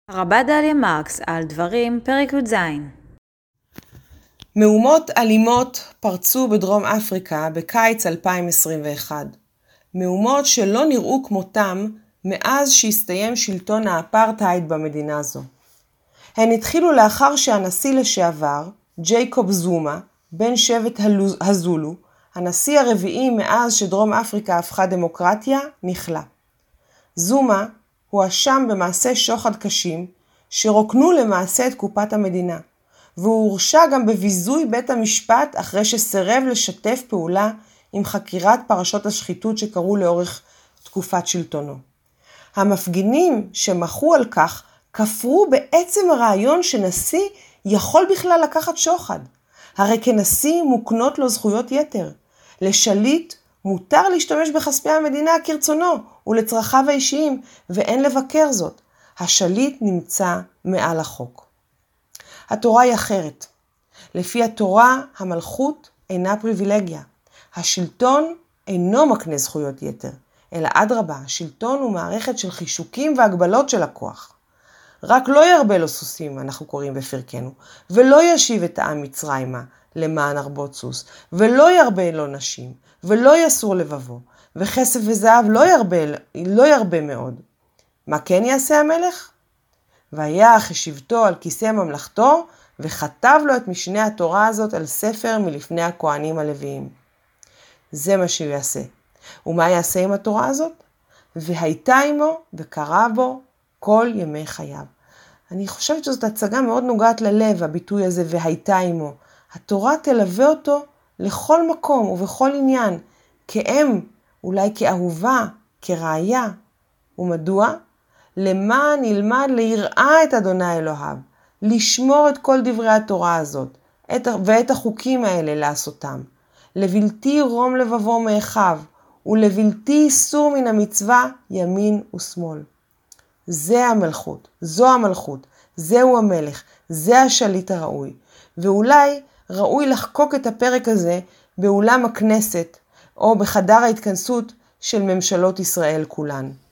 רבה דליה מרקס על דברים, פרק י"ז. מהומות אלימות פרצו בדרום אפריקה בקיץ 2021. מהומות שלא נראו כמותם מאז שהסתיים שלטון האפרטהייד במדינה זו. הן התחילו לאחר שהנשיא לשעבר, ג'ייקוב זומה, בן שבט הזולו, הנשיא הרביעי מאז שדרום אפריקה הפכה דמוקרטיה, נכלה. זומה הואשם במעשי שוחד קשים שרוקנו למעשה את קופת המדינה, והוא הורשע גם בביזוי בית המשפט אחרי שסירב לשתף פעולה עם חקירת פרשות השחיתות שקרו לאורך תקופת שלטונו. המפגינים שמחו על כך כפרו בעצם הרעיון שנשיא יכול בכלל לקחת שוחד. הרי כנשיא מוקנות לו זכויות יתר. לשליט מותר להשתמש בכספי המדינה כרצונו ולצרכיו האישיים, ואין לבקר זאת. השליט נמצא מעל החוק. התורה היא אחרת. לפי התורה, המלכות אינה פריבילגיה. השלטון אינו מקנה זכויות יתר, אלא אדרבה, השלטון הוא מערכת של חישוקים והגבלות של הכוח. רק לא ירבה לו סוסים, אנחנו קוראים בפרקנו, ולא ישיב את העם מצרימה למען הרבות סוס, ולא ירבה לו נשים, ולא יסור לבבו, וכסף וזהב לא ירבה מאוד. מה כן יעשה המלך? ויח שבטו על כיסא ממלכתו, וכתב לו את משנה התורה הזאת על ספר מלפני הכהנים הלוויים. זה מה שהוא יעשה. ומה יעשה עם התורה הזאת? והייתה עמו וקרא בו כל ימי חייו. אני חושבת שזאת הצגה מאוד נוגעת ללב, הביטוי הזה והייתה עמו. התורה תלווה אותו לכל מקום ובכל עניין, כאם, אולי כאהובה, כראיה. ומדוע? למען ילמד ליראה את אדוני אלוהיו, לשמור את כל דברי התורה הזאת, ואת החוקים האלה לעשותם. לבלתי רום לבבו מאחיו, ולבלתי איסור מן המצווה ימין ושמאל. זה המלכות, זו המלכות, זהו המלך, זה השליט הראוי. ואולי ראוי לחקוק את הפרק הזה באולם הכנסת, או בחדר ההתכנסות של ממשלות ישראל כולן.